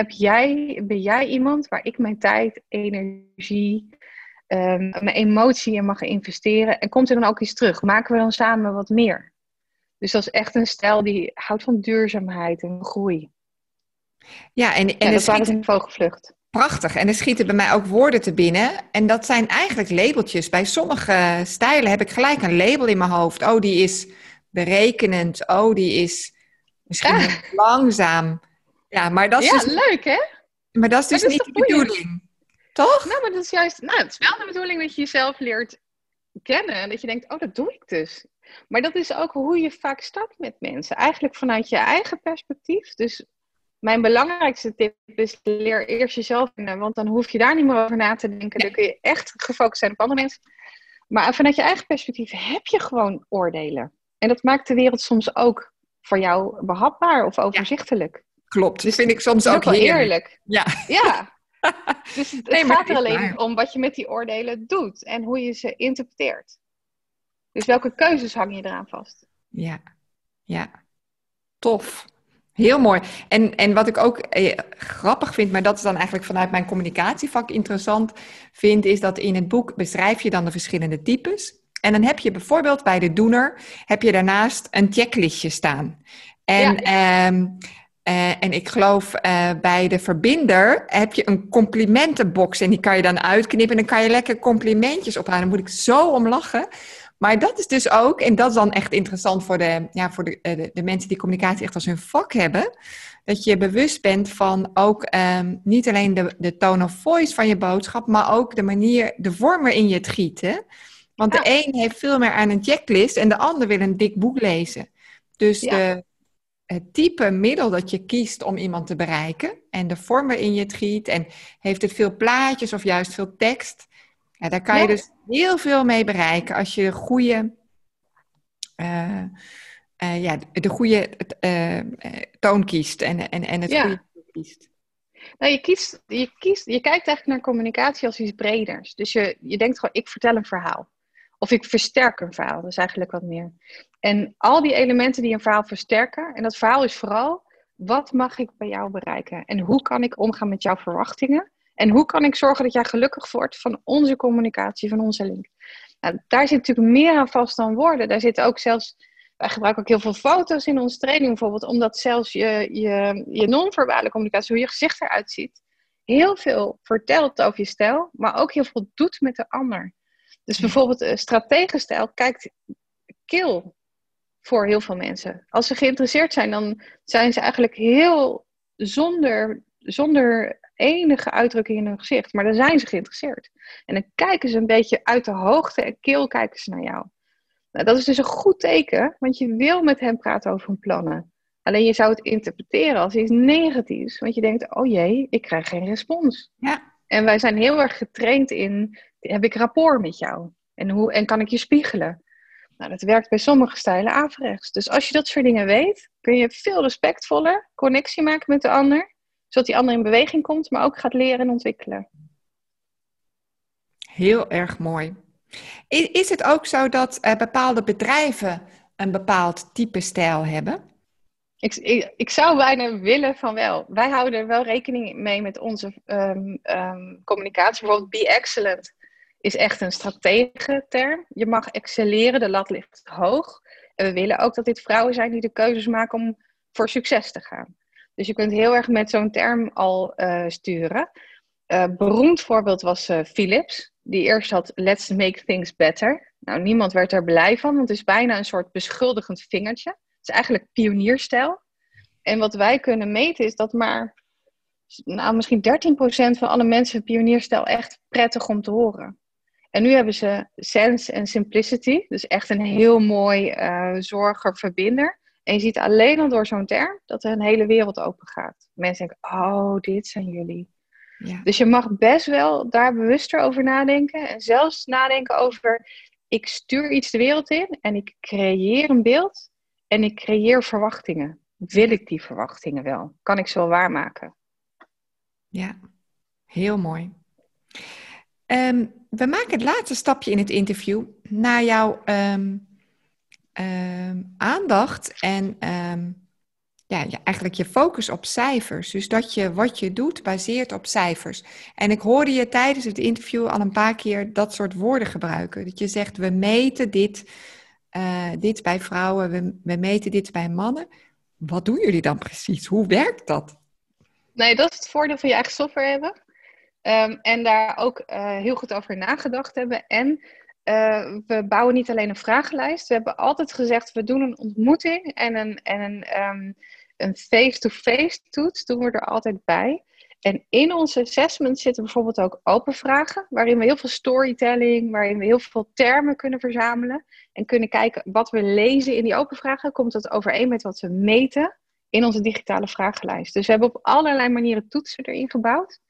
ben jij iemand waar ik mijn tijd, energie, mijn emotie in mag investeren? En komt er dan ook iets terug? Maken we dan samen wat meer? Dus dat is echt een stijl die houdt van duurzaamheid en groei. Ja, en dat waren in vogelvlucht. Prachtig. En er schieten bij mij ook woorden te binnen. En dat zijn eigenlijk labeltjes. Bij sommige stijlen heb ik gelijk een label in mijn hoofd. Oh, die is berekenend. Oh, die is misschien langzaam. Ja, maar dat is dus leuk hè? Maar dat is dus niet de bedoeling. Toch? Nou, maar dat is juist... Nou, het is wel de bedoeling dat je jezelf leert kennen. En dat je denkt, oh, dat doe ik dus. Maar dat is ook hoe je vaak start met mensen. Eigenlijk vanuit je eigen perspectief. Dus mijn belangrijkste tip is, leer eerst jezelf kennen. Want dan hoef je daar niet meer over na te denken. Dan kun je echt gefocust zijn op andere mensen. Maar vanuit je eigen perspectief heb je gewoon oordelen. En dat maakt de wereld soms ook voor jou behapbaar of overzichtelijk. Ja. Klopt, dus vind ik soms ook heerlijk. Ja. Dus het gaat er alleen om wat je met die oordelen doet. En hoe je ze interpreteert. Dus welke keuzes hang je eraan vast? Ja. Tof. Heel mooi. En wat ik ook grappig vind, maar dat is dan eigenlijk vanuit mijn communicatievak interessant vind, is dat in het boek beschrijf je dan de verschillende types. En dan heb je bijvoorbeeld bij de doener, heb je daarnaast een checklistje staan. En, Ja. en ik geloof bij de verbinder heb je een complimentenbox en die kan je dan uitknippen en dan kan je lekker complimentjes ophalen. Daar moet ik zo om lachen. Maar dat is dus ook, en dat is dan echt interessant voor de mensen die communicatie echt als hun vak hebben, dat je bewust bent van ook niet alleen de tone of voice van je boodschap, maar ook de manier, de vorm waarin je het giet. Hè? Want de een heeft veel meer aan een checklist en de ander wil een dik boek lezen. Dus het type middel dat je kiest om iemand te bereiken en de vorm waarin je het giet en heeft het veel plaatjes of juist veel tekst. Ja, daar kan je dus heel veel mee bereiken als je de goede toon kiest en het goede kiest. Nou, je kijkt eigenlijk naar communicatie als iets breders. Dus je denkt gewoon, ik vertel een verhaal. Of ik versterk een verhaal, dat is eigenlijk wat meer. En al die elementen die een verhaal versterken, en dat verhaal is vooral, wat mag ik bij jou bereiken? En hoe kan ik omgaan met jouw verwachtingen? En hoe kan ik zorgen dat jij gelukkig wordt van onze communicatie, van onze link? Nou, daar zit natuurlijk meer aan vast dan woorden. Daar zit ook zelfs, wij gebruiken ook heel veel foto's in onze training bijvoorbeeld, omdat zelfs je non-verbale communicatie, hoe je gezicht eruit ziet, heel veel vertelt over je stijl, maar ook heel veel doet met de ander. Dus bijvoorbeeld strategische stijl kijkt kil voor heel veel mensen. Als ze geïnteresseerd zijn, dan zijn ze eigenlijk heel zonder enige uitdrukking in hun gezicht. Maar dan zijn ze geïnteresseerd. En dan kijken ze een beetje uit de hoogte en kil kijken ze naar jou. Nou, dat is dus een goed teken, want je wil met hem praten over hun plannen. Alleen je zou het interpreteren als iets negatiefs. Want je denkt, oh jee, ik krijg geen respons. Ja. En wij zijn heel erg getraind in, heb ik rapport met jou? En kan ik je spiegelen? Nou, dat werkt bij sommige stijlen averechts. Dus als je dat soort dingen weet, kun je veel respectvoller connectie maken met de ander. Zodat die ander in beweging komt, maar ook gaat leren en ontwikkelen. Heel erg mooi. Is het ook zo dat bepaalde bedrijven een bepaald type stijl hebben? Ik zou bijna willen van wel. Wij houden er wel rekening mee met onze communicatie. Bijvoorbeeld be excellent is echt een strategische term. Je mag excelleren, de lat ligt hoog. En we willen ook dat dit vrouwen zijn die de keuzes maken om voor succes te gaan. Dus je kunt heel erg met zo'n term al sturen. Beroemd voorbeeld was Philips. Die eerst had let's make things better. Nou, niemand werd er blij van, want het is bijna een soort beschuldigend vingertje. Het is eigenlijk pionierstijl. En wat wij kunnen meten is dat maar misschien 13% van alle mensen pionierstijl echt prettig om te horen. En nu hebben ze sense en simplicity. Dus echt een heel mooi zorger, verbinder. En je ziet alleen al door zo'n term dat er een hele wereld open gaat. Mensen denken, oh, dit zijn jullie. Ja. Dus je mag best wel daar bewuster over nadenken. En zelfs nadenken over, ik stuur iets de wereld in en ik creëer een beeld. En ik creëer verwachtingen. Wil ik die verwachtingen wel? Kan ik ze wel waarmaken? Ja, heel mooi. We maken het laatste stapje in het interview naar jouw aandacht en eigenlijk je focus op cijfers. Dus dat je wat je doet baseert op cijfers. En ik hoorde je tijdens het interview al een paar keer dat soort woorden gebruiken. Dat je zegt, we meten dit bij vrouwen, we meten dit bij mannen. Wat doen jullie dan precies? Hoe werkt dat? Nee, dat is het voordeel van je eigen software hebben. En daar ook heel goed over nagedacht hebben. En we bouwen niet alleen een vragenlijst. We hebben altijd gezegd, we doen een ontmoeting en een face-to-face toets doen we er altijd bij. En in onze assessment zitten bijvoorbeeld ook open vragen, waarin we heel veel storytelling, waarin we heel veel termen kunnen verzamelen. En kunnen kijken wat we lezen in die open vragen. Komt dat overeen met wat we meten in onze digitale vragenlijst. Dus we hebben op allerlei manieren toetsen erin gebouwd.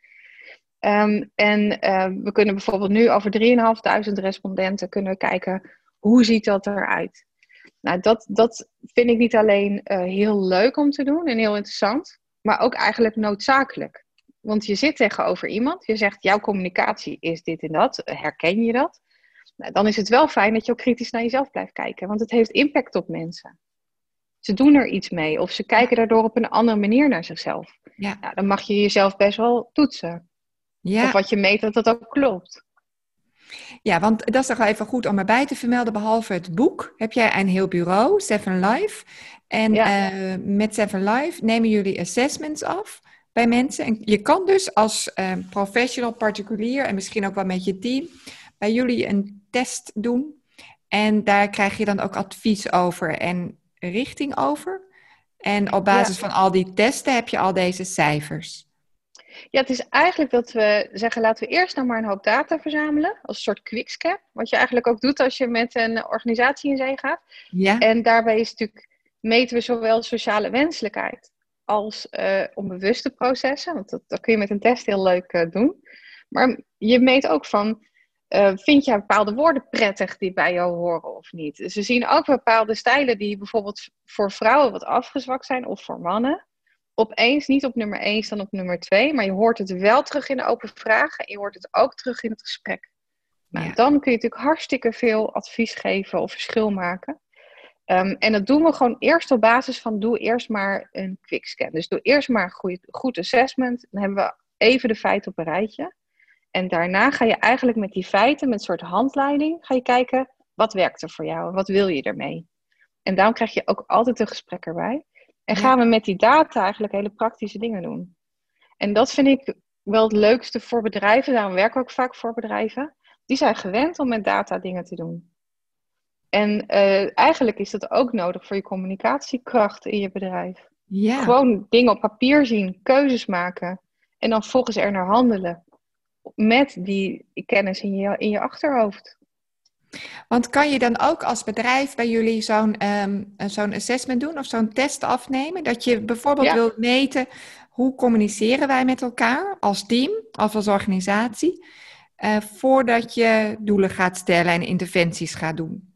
We kunnen bijvoorbeeld nu over 3.500 respondenten kunnen kijken, hoe ziet dat eruit? Nou, dat vind ik niet alleen heel leuk om te doen en heel interessant, maar ook eigenlijk noodzakelijk. Want je zit tegenover iemand, je zegt, jouw communicatie is dit en dat, herken je dat? Nou, dan is het wel fijn dat je ook kritisch naar jezelf blijft kijken, want het heeft impact op mensen. Ze doen er iets mee of ze kijken daardoor op een andere manier naar zichzelf. Ja. Nou, dan mag je jezelf best wel toetsen. Ja. Of wat je meet dat ook klopt. Ja, want dat is toch wel even goed om erbij te vermelden. Behalve het boek heb jij een heel bureau, Seven Life. En met Seven Life nemen jullie assessments af bij mensen. En je kan dus als professional, particulier en misschien ook wel met je team bij jullie een test doen. En daar krijg je dan ook advies over en richting over. En op basis van al die testen heb je al deze cijfers. Ja, het is eigenlijk dat we zeggen, laten we eerst nou maar een hoop data verzamelen. Als een soort quickscan. Wat je eigenlijk ook doet als je met een organisatie in zee gaat. Ja. En daarbij is natuurlijk, meten we zowel sociale wenselijkheid als onbewuste processen. Want dat kun je met een test heel leuk doen. Maar je meet ook van, vind je bepaalde woorden prettig die bij jou horen of niet? Dus we zien ook bepaalde stijlen die bijvoorbeeld voor vrouwen wat afgezwakt zijn of voor mannen. Opeens niet op nummer 1 dan op nummer 2, maar je hoort het wel terug in de open vragen en je hoort het ook terug in het gesprek. Nou, dan kun je natuurlijk hartstikke veel advies geven of verschil maken. En dat doen we gewoon eerst op basis van doe eerst maar een quickscan. Dus doe eerst maar een goed assessment. Dan hebben we even de feiten op een rijtje. En daarna ga je eigenlijk met die feiten, met een soort handleiding, ga je kijken wat werkt er voor jou en wat wil je ermee. En daarom krijg je ook altijd een gesprek erbij. En gaan we met die data eigenlijk hele praktische dingen doen. En dat vind ik wel het leukste voor bedrijven. Daarom werken we ook vaak voor bedrijven. Die zijn gewend om met data dingen te doen. En eigenlijk is dat ook nodig voor je communicatiekracht in je bedrijf. Ja. Gewoon dingen op papier zien, keuzes maken. En dan volgens er naar handelen. Met die kennis in je achterhoofd. Want kan je dan ook als bedrijf bij jullie zo'n assessment doen of zo'n test afnemen? Dat je bijvoorbeeld wilt meten hoe communiceren wij met elkaar als team of als organisatie voordat je doelen gaat stellen en interventies gaat doen?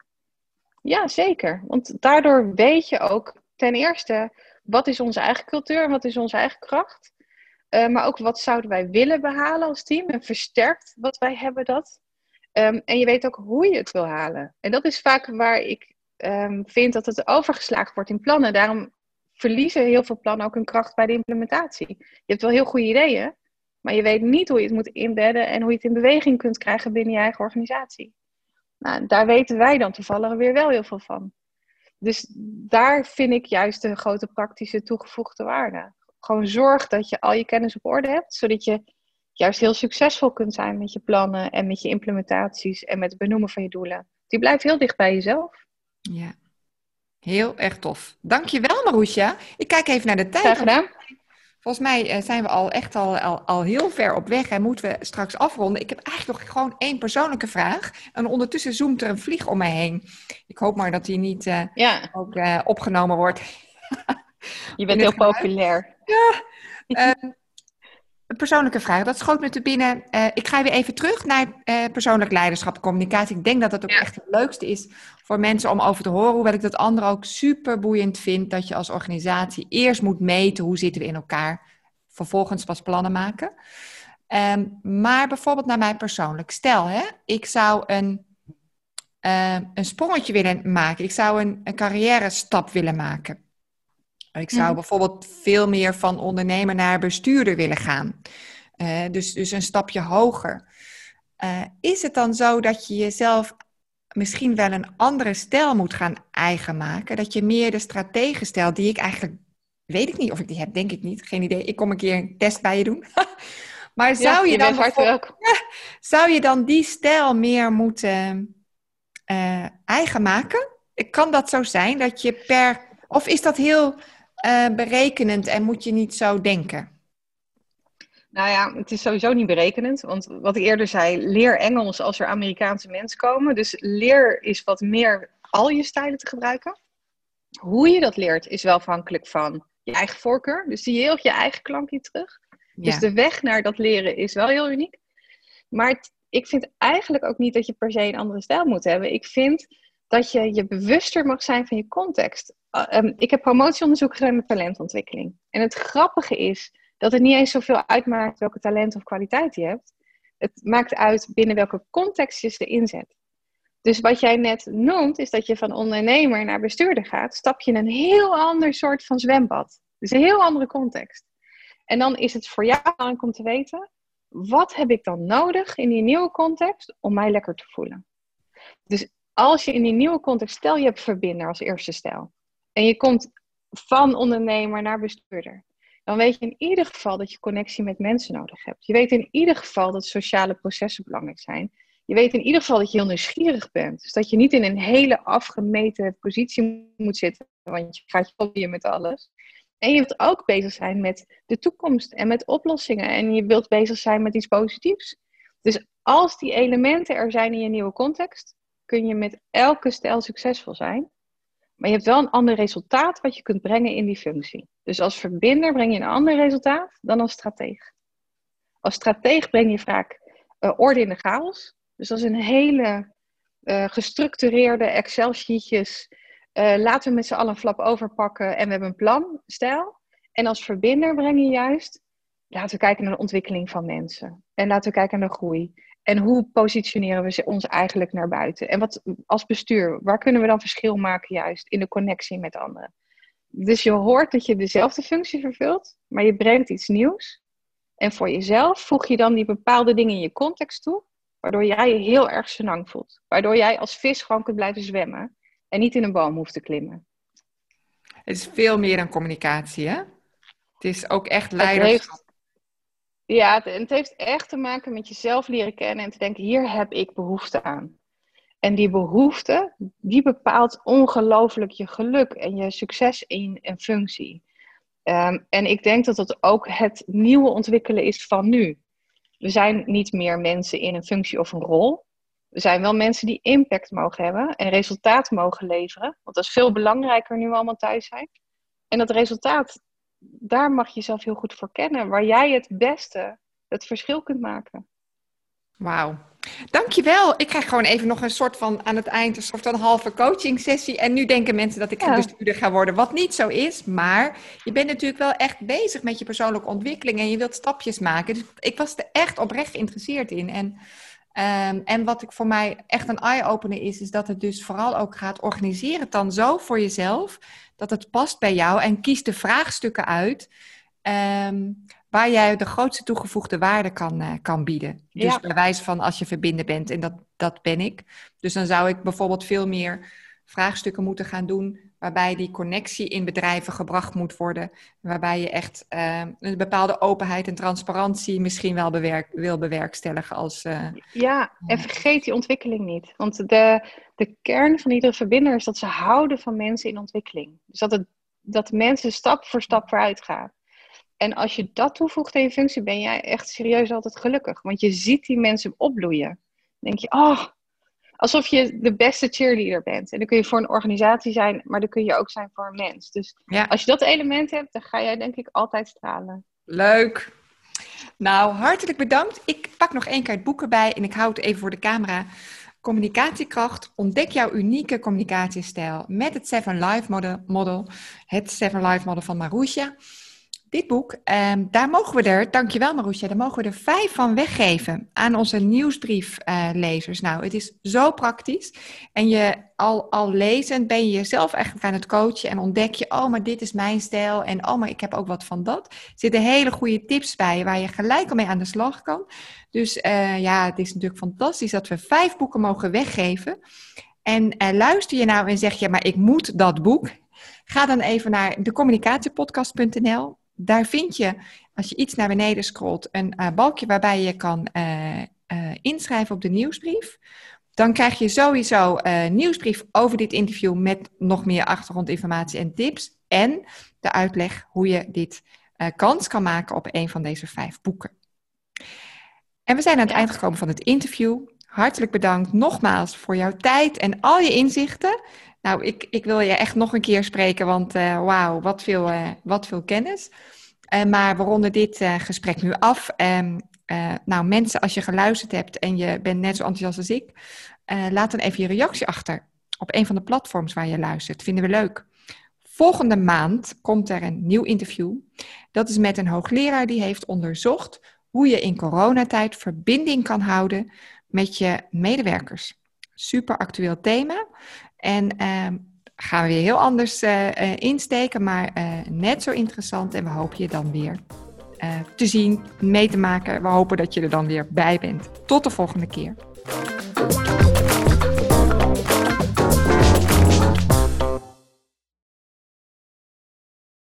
Ja, zeker. Want daardoor weet je ook ten eerste wat is onze eigen cultuur en wat is onze eigen kracht. Maar ook wat zouden wij willen behalen als team en versterkt wat wij hebben dat. En je weet ook hoe je het wil halen. En dat is vaak waar ik vind dat het overgeslagen wordt in plannen. Daarom verliezen heel veel plannen ook hun kracht bij de implementatie. Je hebt wel heel goede ideeën, maar je weet niet hoe je het moet inbedden en hoe je het in beweging kunt krijgen binnen je eigen organisatie. Nou, daar weten wij dan toevallig weer wel heel veel van. Dus daar vind ik juist de grote praktische toegevoegde waarde. Gewoon zorg dat je al je kennis op orde hebt, zodat je juist heel succesvol kunt zijn met je plannen en met je implementaties en met het benoemen van je doelen. Die blijft heel dicht bij jezelf. Ja, heel erg tof. Dankjewel Marusha. Ik kijk even naar de tijd. Graag gedaan. Volgens mij zijn we al heel ver op weg en moeten we straks afronden. Ik heb eigenlijk nog gewoon 1 persoonlijke vraag. En ondertussen zoomt er een vlieg om mij heen. Ik hoop maar dat die niet ook opgenomen wordt. Je bent heel populair. Ja. Een persoonlijke vraag, dat schoot me te binnen. Ik ga weer even terug naar persoonlijk leiderschap en communicatie. Ik denk dat dat ook echt het leukste is voor mensen om over te horen. Hoewel ik dat andere ook super boeiend vind. Dat je als organisatie eerst moet meten hoe zitten we in elkaar. Vervolgens pas plannen maken. Maar bijvoorbeeld naar mij persoonlijk. Stel, ik zou een sprongetje willen maken. Ik zou een carrière stap willen maken. Ik zou bijvoorbeeld veel meer van ondernemer naar bestuurder willen gaan. Dus een stapje hoger. Is het dan zo dat je jezelf misschien wel een andere stijl moet gaan eigen maken? Dat je meer de strategische stijl, die ik eigenlijk, weet ik niet of ik die heb, denk ik niet. Geen idee, ik kom een keer een test bij je doen. Maar zou je dan die stijl meer moeten eigen maken? Kan dat zo zijn dat je of is dat heel berekenend en moet je niet zo denken? Nou ja, het is sowieso niet berekenend. Want wat ik eerder zei, leer Engels als er Amerikaanse mensen komen. Dus leer is wat meer al je stijlen te gebruiken. Hoe je dat leert is wel afhankelijk van je eigen voorkeur. Dus zie je heel je eigen klankje terug. Ja. Dus de weg naar dat leren is wel heel uniek. Maar ik vind eigenlijk ook niet dat je per se een andere stijl moet hebben. Ik vind dat je je bewuster mag zijn van je context. Ik heb promotieonderzoek gedaan met talentontwikkeling. En het grappige is dat het niet eens zoveel uitmaakt welke talent of kwaliteit je hebt. Het maakt uit binnen welke context je ze inzet. Dus wat jij net noemt, is dat je van ondernemer naar bestuurder gaat, stap je in een heel ander soort van zwembad. Dus een heel andere context. En dan is het voor jou belangrijk om te weten, wat heb ik dan nodig in die nieuwe context om mij lekker te voelen? Dus als je in die nieuwe context, stel je hebt verbinder als eerste stijl. En je komt van ondernemer naar bestuurder. Dan weet je in ieder geval dat je connectie met mensen nodig hebt. Je weet in ieder geval dat sociale processen belangrijk zijn. Je weet in ieder geval dat je heel nieuwsgierig bent. Dus dat je niet in een hele afgemeten positie moet zitten. Want je gaat je met alles. En je wilt ook bezig zijn met de toekomst en met oplossingen. En je wilt bezig zijn met iets positiefs. Dus als die elementen er zijn in je nieuwe context, kun je met elke stijl succesvol zijn. Maar je hebt wel een ander resultaat wat je kunt brengen in die functie. Dus als verbinder breng je een ander resultaat dan als strateeg. Als strateeg breng je vaak orde in de chaos. Dus dat is een hele gestructureerde Excel-sheetjes. Laten we met z'n allen een flap overpakken en we hebben een plan, stijl. En als verbinder breng je juist, laten we kijken naar de ontwikkeling van mensen. En laten we kijken naar de groei. En hoe positioneren we ons eigenlijk naar buiten? En wat als bestuur, waar kunnen we dan verschil maken juist in de connectie met anderen? Dus je hoort dat je dezelfde functie vervult, maar je brengt iets nieuws. En voor jezelf voeg je dan die bepaalde dingen in je context toe, waardoor jij je heel erg senang voelt. Waardoor jij als vis gewoon kunt blijven zwemmen en niet in een boom hoeft te klimmen. Het is veel meer dan communicatie, hè? Het is ook echt leiderschap. Het heeft echt te maken met jezelf leren kennen en te denken, hier heb ik behoefte aan. En die behoefte, die bepaalt ongelooflijk je geluk en je succes in een functie. En ik denk dat dat ook het nieuwe ontwikkelen is van nu. We zijn niet meer mensen in een functie of een rol. We zijn wel mensen die impact mogen hebben en resultaat mogen leveren. Want dat is veel belangrijker nu we allemaal thuis zijn. En dat resultaat, daar mag je jezelf heel goed voor kennen. Waar jij het beste het verschil kunt maken. Wauw. Dankjewel. Ik krijg gewoon even nog een soort van aan het eind een soort van halve coaching sessie. En nu denken mensen dat ik bestuurder ga worden, wat niet zo is. Maar je bent natuurlijk wel echt bezig met je persoonlijke ontwikkeling en je wilt stapjes maken. Dus ik was er echt oprecht geïnteresseerd in. En wat ik voor mij echt een eye-opener is dat het dus vooral ook gaat organiseren het dan zo voor jezelf, dat het past bij jou en kies de vraagstukken uit waar jij de grootste toegevoegde waarde kan bieden. Dus bij wijze van als je verbinden bent, en dat ben ik. Dus dan zou ik bijvoorbeeld veel meer vraagstukken moeten gaan doen waarbij die connectie in bedrijven gebracht moet worden. Waarbij je echt een bepaalde openheid en transparantie misschien wel wil bewerkstelligen. En vergeet die ontwikkeling niet. Want de kern van iedere verbinder is dat ze houden van mensen in ontwikkeling. Dus dat mensen stap voor stap vooruit gaan. En als je dat toevoegt in je functie, ben jij echt serieus altijd gelukkig. Want je ziet die mensen opbloeien. Dan denk je, alsof je de beste cheerleader bent. En dan kun je voor een organisatie zijn, maar dan kun je ook zijn voor een mens. Dus als je dat element hebt, dan ga jij denk ik altijd stralen. Leuk. Nou, hartelijk bedankt. Ik pak nog 1 keer het boek erbij en ik hou het even voor de camera. Communicatiekracht. Ontdek jouw unieke communicatiestijl met het 7 Life Model. Het 7 Life Model van Marusha. Dit boek, daar mogen we dankjewel Marusha, daar mogen we er 5 van weggeven aan onze nieuwsbrieflezers. Nou, het is zo praktisch. En je al lezend ben je jezelf eigenlijk aan het coachen en ontdek je, maar dit is mijn stijl en maar ik heb ook wat van dat. Er zitten hele goede tips bij waar je gelijk al mee aan de slag kan. Dus het is natuurlijk fantastisch dat we 5 boeken mogen weggeven. En luister je nou en zeg je, maar ik moet dat boek. Ga dan even naar decommunicatiepodcast.nl. Daar vind je, als je iets naar beneden scrolt, een balkje waarbij je kan inschrijven op de nieuwsbrief. Dan krijg je sowieso een nieuwsbrief over dit interview met nog meer achtergrondinformatie en tips. En de uitleg hoe je dit kans kan maken op een van deze 5 boeken. En we zijn aan het eind gekomen van het interview. Hartelijk bedankt nogmaals voor jouw tijd en al je inzichten. Nou, ik wil je echt nog een keer spreken, want wauw, wat veel kennis. Maar we ronden dit gesprek nu af. Nou, mensen, als je geluisterd hebt en je bent net zo enthousiast als ik, laat dan even je reactie achter op een van de platforms waar je luistert. Vinden we leuk. Volgende maand komt er een nieuw interview. Dat is met een hoogleraar die heeft onderzocht hoe je in coronatijd verbinding kan houden met je medewerkers. Super actueel thema. En gaan we weer heel anders insteken, maar net zo interessant. En we hopen je dan weer te zien, mee te maken. We hopen dat je er dan weer bij bent. Tot de volgende keer.